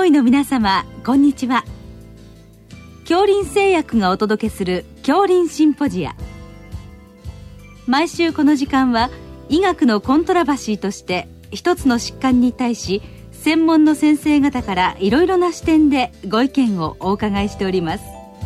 医の皆様、こんにちは。杏林製薬がお届けする杏林シンポジア。毎週この時間は医学のコントラバシーとして一つの疾患に対し専門の先生方からいろいろな視点でご意見をお伺いしております。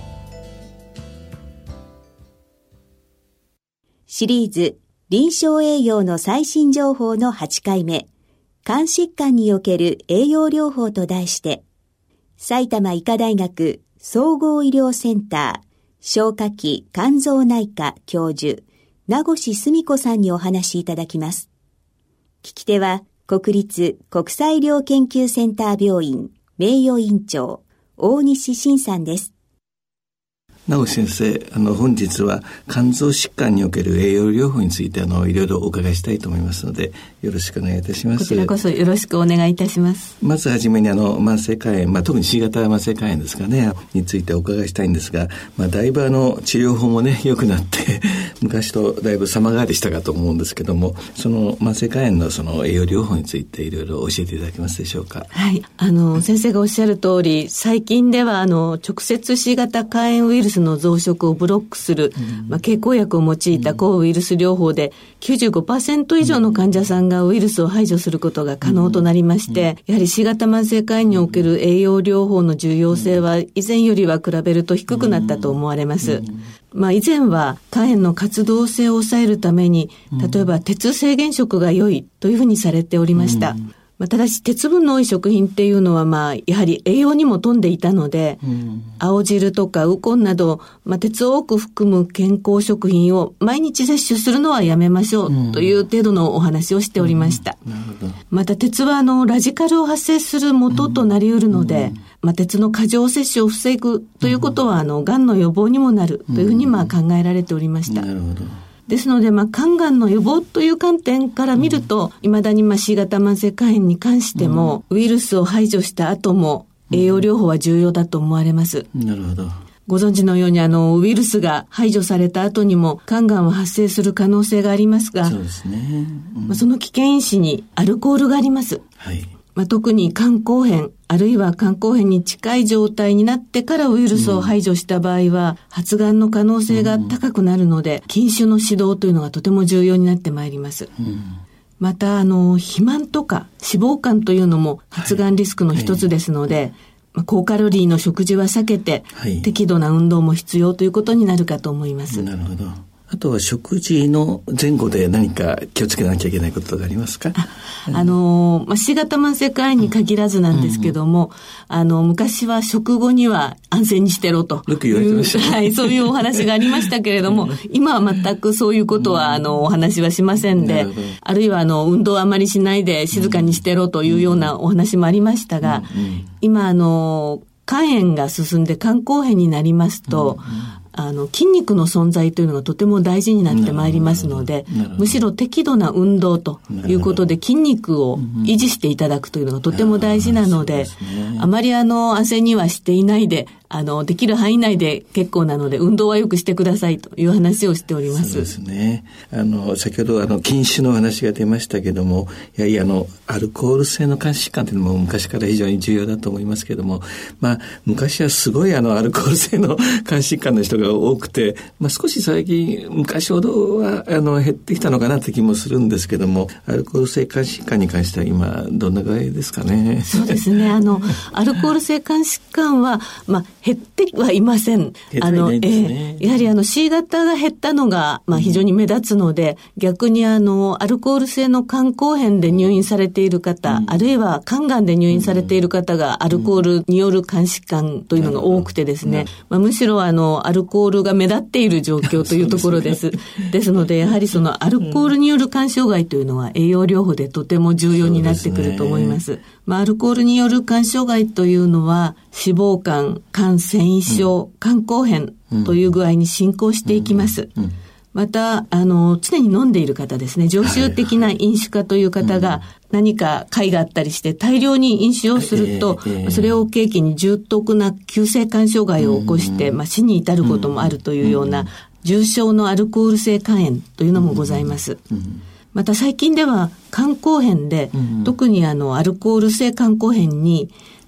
シリーズ臨床栄養の最新情報の8回目、肝疾患における栄養療法と題して、埼玉医科大学総合医療センター消化器肝臓内科教授名越澄子さんにお話しいただきます。聞き手は国立国際医療研究センター病院名誉院長大西晋さんです。 名越先生、本日は肝臓疾患における栄養療法についていろいろお伺いしたいと思いますので、よろしくお願いいたします。 こちらこそよろしくお願いいたします。 まずはじめに慢性肝炎、特に C 型慢性肝炎ですかねについてお伺いしたいんですが、だいぶ治療法もね良くなって昔とだいぶ様変わりしたかと思うんですけども、その慢性肝炎のその栄養療法についていろいろ教えていただけますでしょうか。 はい、先生がおっしゃる通り、最近では直接 C 型肝炎ウイルスの増殖をブロックする、経口薬を用いた抗ウイルス療法で 95% 以上の患者さんがウイルスを排除することが可能となりまして、やはり C 型慢性肝炎における栄養療法の重要性は以前よりは比べると低くなったと思われます。以前は肝炎の活動性を抑えるために、例えば鉄制限食が良いというふうにされておりました。ただし鉄分の多い食品っていうのはやはり栄養にも富んでいたので、青汁とかウコンなど、鉄を多く含む健康食品を毎日摂取するのはやめましょうという程度のお話をしておりました。また鉄はラジカルを発生する元となり得るので、鉄の過剰摂取を防ぐということはがんの予防にもなるというふうに考えられておりました。 なるほど。 ですので、肝がんの予防という観点から見ると、未だにC 型慢性肝炎に関しても、ウイルスを排除した後も栄養療法は重要だと思われます。 なるほど。 ご存知のようにウイルスが排除された後にも肝がんは発生する可能性がありますが、 そうですね。 その危険因子にアルコールがあります。 はい。 特に肝硬変あるいは肝硬変に近い状態になってからウイルスを排除した場合は、発がんの可能性が高くなるので、禁酒の指導というのがとても重要になってまいります。また肥満とか脂肪肝というのも発がんリスクの一つですので、高カロリーの食事は避けて、適度な運動も必要ということになるかと思います。 なるほど。あとは食事の前後で何か気をつけなきゃいけないことがありますか。 C 型慢性肝炎に限らずなんですけども、昔は食後には安静にしてろとよく言われてましたね。 はい、そういうお話がありましたけれども、今は全くそういうことはお話はしませんで、あるいは運動はあまりしないで静かにしてろというようなお話もありましたが、今肝炎が進んで肝硬変になりますと、筋肉の存在というのがとても大事になってまいりますので、むしろ適度な運動ということで筋肉を維持していただくというのがとても大事なので、あまり安静にはしていないで、できる範囲内で結構なので運動はよくしてくださいという話をしております。 そうですね。先ほど禁酒の話が出ましたけども、やはりアルコール性の肝疾患というのも昔から非常に重要だと思いますけども、昔はすごいアルコール性の肝疾患の人が多くて、少し最近昔ほどは減ってきたのかなという気もするんですけども、アルコール性肝疾患に関しては今どんなぐらいですかね。 そうですね。アルコール性肝疾患は減ってはいません。 減ってはいないですね。 やはりC 型が減ったのが非常に目立つので、逆にアルコール性の肝硬変で入院されている方、あるいは肝がんで入院されている方がアルコールによる肝疾患というのが多くてですね、むしろアルコールが目立っている状況というところです。ですので、やはりそのアルコールによる肝障害というのは栄養療法でとても重要になってくると思います。アルコールによる肝障害というのは脂肪肝、肝繊維症、肝硬変という具合に進行していきます。また常に飲んでいる方ですね、常習的な飲酒家という方が何か害があったりして大量に飲酒をすると、それを契機に重篤な急性肝障害を起こして、死に至ることもあるというような重症のアルコール性肝炎というのもございます。また最近では肝硬変で、特にアルコール性肝硬変に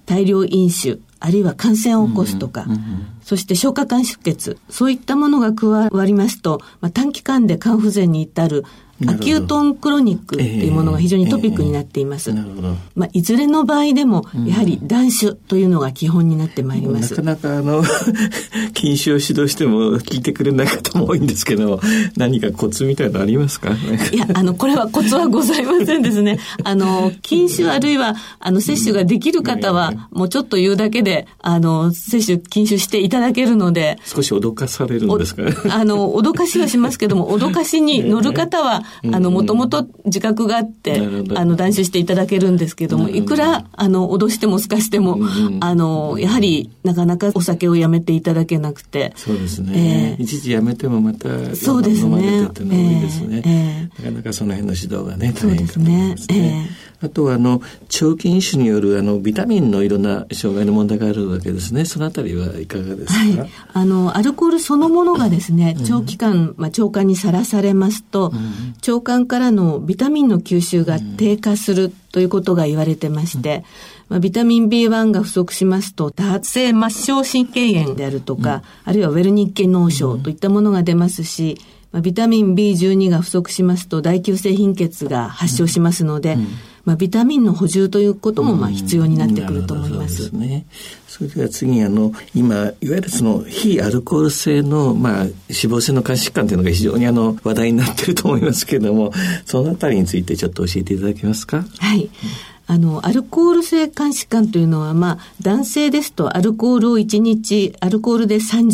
大量飲酒、あるいは感染を起こすとか、そして消化管出血、そういったものが加わりますと、短期間で肝不全に至るアキュートンクロニックというものが非常にトピックになっています。いずれの場合でもやはり断酒というのが基本になってまいります。 なかなか禁酒を指導しても聞いてくれない方も多いんですけど、何かコツみたいなのありますか？ いや、これはコツはございませんですね。禁酒あるいは摂取ができる方はもうちょっと言うだけで摂取禁酒していただけるので、 少し脅かされるんですか？ 脅かしはしますけども、脅かしに乗る方はもともと自覚があって断酒していただけるんですけども、いくら脅してもすかしてもやはりなかなかお酒をやめていただけなくて、 そうですね、一時やめてもまたそうですね、 飲まれてってのが多いですね、なかなかその辺の指導がね大変かと思いますね。あとは長期飲酒によるビタミンのいろんな障害の問題があるわけですね。そのあたりはいかがですか？ アルコールそのものがですね、長期間、腸管にさらされますと、腸管からのビタミンの吸収が低下するということが言われてまして、ビタミン B1 が不足しますと多発性末梢神経炎であるとか、あるいはウェルニッケ脳症といったものが出ますし、ビタミン B12 が不足しますと大急性貧血が発症しますので、ビタミンの補充ということも必要になってくると思います。 それでは次に今いわゆる非アルコール性の脂肪性の肝疾患というのが非常に話題になっていると思いますけれども、そのあたりについてちょっと教えていただけますか？ はい。アルコール性肝疾患というのは、男性ですとアルコールを1日アルコールで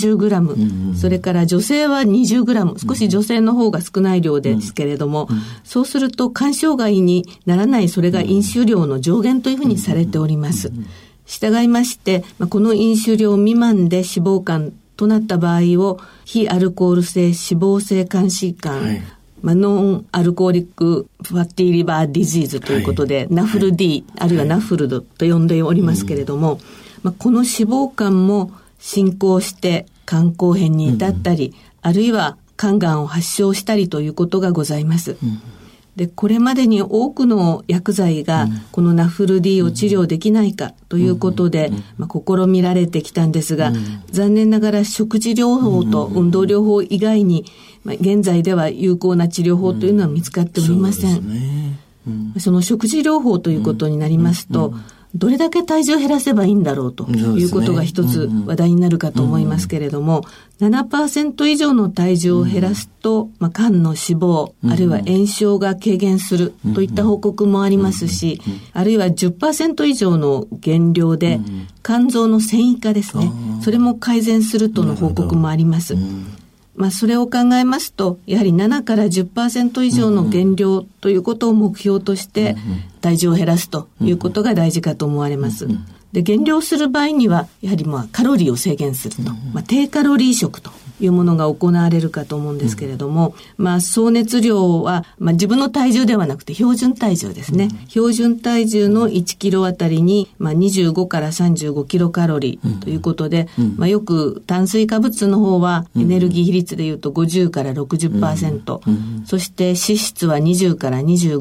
30g、それから女性は 20g、少し女性の方が少ない量ですけれども、そうすると肝障害にならない、それが飲酒量の上限というふうにされております。従いまして、この飲酒量未満で脂肪肝となった場合を非アルコール性脂肪性肝疾患、ノンアルコーリックファッティリバーディジーズということで、ナフル D、あるいはナフルドと呼んでおりますけれども、この脂肪肝も進行して肝硬変に至ったり、あるいは肝がんを発症したりということがございます。で、これまでに多くの薬剤がこのナフル D を治療できないかということで、試みられてきたんですが、残念ながら食事療法と運動療法以外に現在では有効な治療法というのは見つかっておりません。その食事療法ということになりますと、どれだけ体重を減らせばいいんだろうということが一つ話題になるかと思いますけれども、7% 以上の体重を減らすと、肝の脂肪、あるいは炎症が軽減するといった報告もありますし、あるいは 10% 以上の減量で肝臓の繊維化ですね、それも改善するとの報告もあります。それを考えますと、やはり7から 10% 以上の減量ということを目標として体重を減らすということが大事かと思われます。で、減量する場合にはやはりカロリーを制限すると、低カロリー食というものが行われるかと思うんですけれども、総熱量は、自分の体重ではなくて標準体重ですね。標準体重の1キロあたりに、25から35キロカロリーということで、よく炭水化物の方はエネルギー比率でいうと50から 60%、そして脂質は20から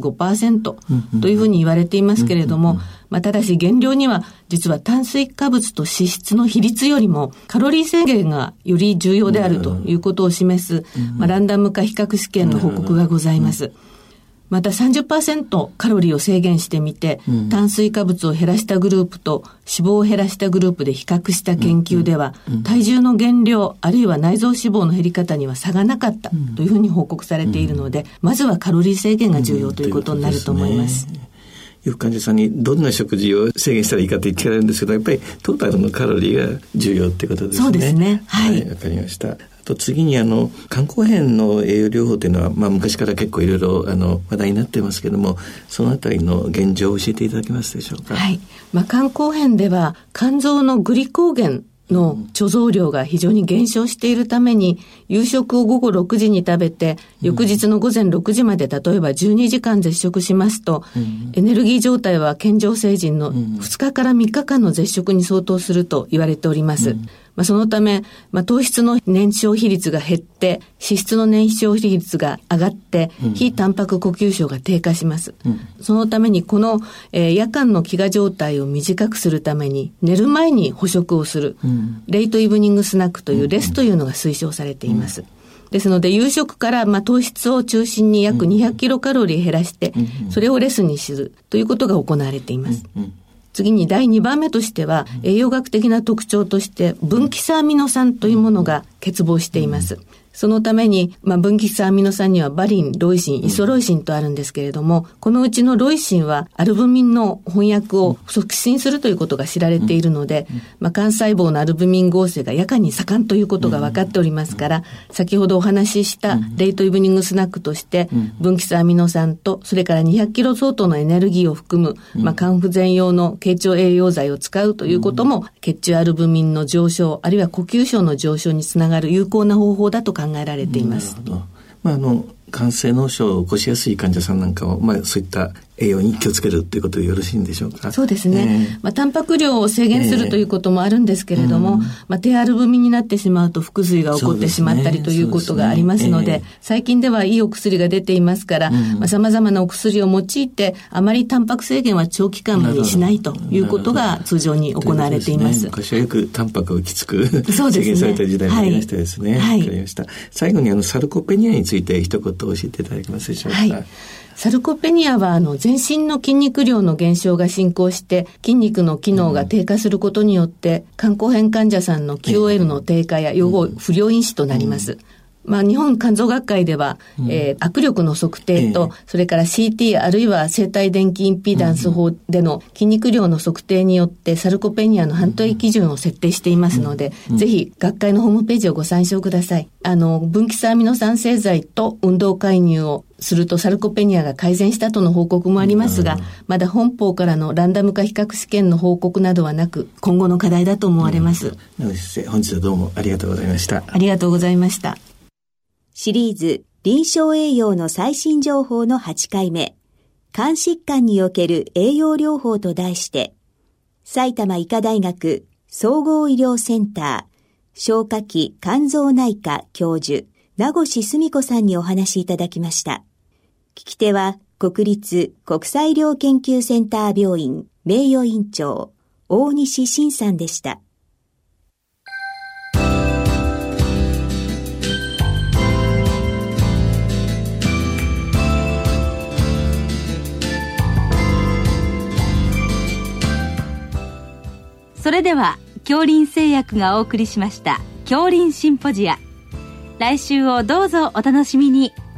25% というふうに言われていますけれども、ただし減量には実は炭水化物と脂質の比率よりもカロリー制限がより重要であるということを示す、ランダム化比較試験の報告がございます。また 30% カロリーを制限してみて、炭水化物を減らしたグループと脂肪を減らしたグループで比較した研究では、体重の減量あるいは内臓脂肪の減り方には差がなかったというふうに報告されているので、まずはカロリー制限が重要ということになると思います。 よく患者さんにどんな食事を制限したらいいかって聞かれるんですけど、やっぱりトータルのカロリーが重要ってことですね。 そうですね。はい。 わかりました。あと次に肝硬変の栄養療法というのは、昔から結構いろいろ話題になってますけども、そのあたりの現状を教えていただけますでしょうか。 はい。肝硬変では肝臓のグリコーゲンの貯蔵量が非常に減少しているために、夕食を午後6時に食べて、翌日の午前6時まで例えば12時間絶食しますと、エネルギー状態は健常成人の2日から3日間の絶食に相当すると言われております。 そのため、糖質の燃焼比率が減って、脂質の燃焼比率が上がって、非タンパク呼吸症が低下します。そのためにこの、夜間の飢餓状態を短くするために、寝る前に捕食をする、レイトイブニングスナックというレスというのが推奨されています。ですので、夕食から糖質を中心に約200キロカロリー減らして、それをレスにするということが行われています。次に第2番目としては、栄養学的な特徴として分岐差アミノ酸というものが欠乏しています。そのために、分岐差アミノ酸にはバリン、ロイシン、イソロイシンとあるんですけれども、このうちのロイシンはアルブミンの翻訳を促進するということが知られているので、幹細胞のアルブミン合成が夜間に盛んということが分かっておりますから、先ほどお話ししたレイトイブニングスナックとして、分岐差アミノ酸と、それから200キロ相当のエネルギーを含む、肝不全用の経腸栄養剤を使うということも、血中アルブミンの上昇、あるいは呼吸症の上昇につながる有効な方法だと考えられています。 なるほど。肝性脳症を起こしやすい患者さんなんかを、そういった栄養に気をつけるということでよろしいんでしょうか。 そうですね。タンパク量を制限するということもあるんですけれども、低アルブミンになってしまうと腹水が起こってしまったりということがありますので、最近ではいいお薬が出ていますから、様々なお薬を用いて、あまりタンパク制限は長期間にしないということが通常に行われています。 昔はよくタンパクをきつく制限された時代もありましたですね。わかりました。最後にサルコペニアについて一言教えていただけますでしょうか。 サルコペニアは全身の筋肉量の減少が進行して筋肉の機能が低下することによって肝硬変患者さんの QOL の低下や予後不良因子となります。日本肝臓学会では、握力の測定と、それから CT あるいは生体電気インピダンス法での筋肉量の測定によってサルコペニアの判定基準を設定していますので、ぜひ学会のホームページをご参照ください。分岐差アミノ酸製剤と運動介入をするとサルコペニアが改善したとの報告もありますが、まだ本邦からのランダム化比較試験の報告などはなく、今後の課題だと思われます。 名越先生、本日はどうもありがとうございました。 ありがとうございました。 シリーズ臨床栄養の最新情報の8回目、肝疾患における栄養療法と題して、埼玉医科大学総合医療センター消化器肝臓内科教授名越澄子さんにお話しいただきました。聞き手は国立国際医療研究センター病院名誉院長大西晋さんでした。 それでは杏林製薬がお送りしました杏林シンポジア、来週をどうぞお楽しみに。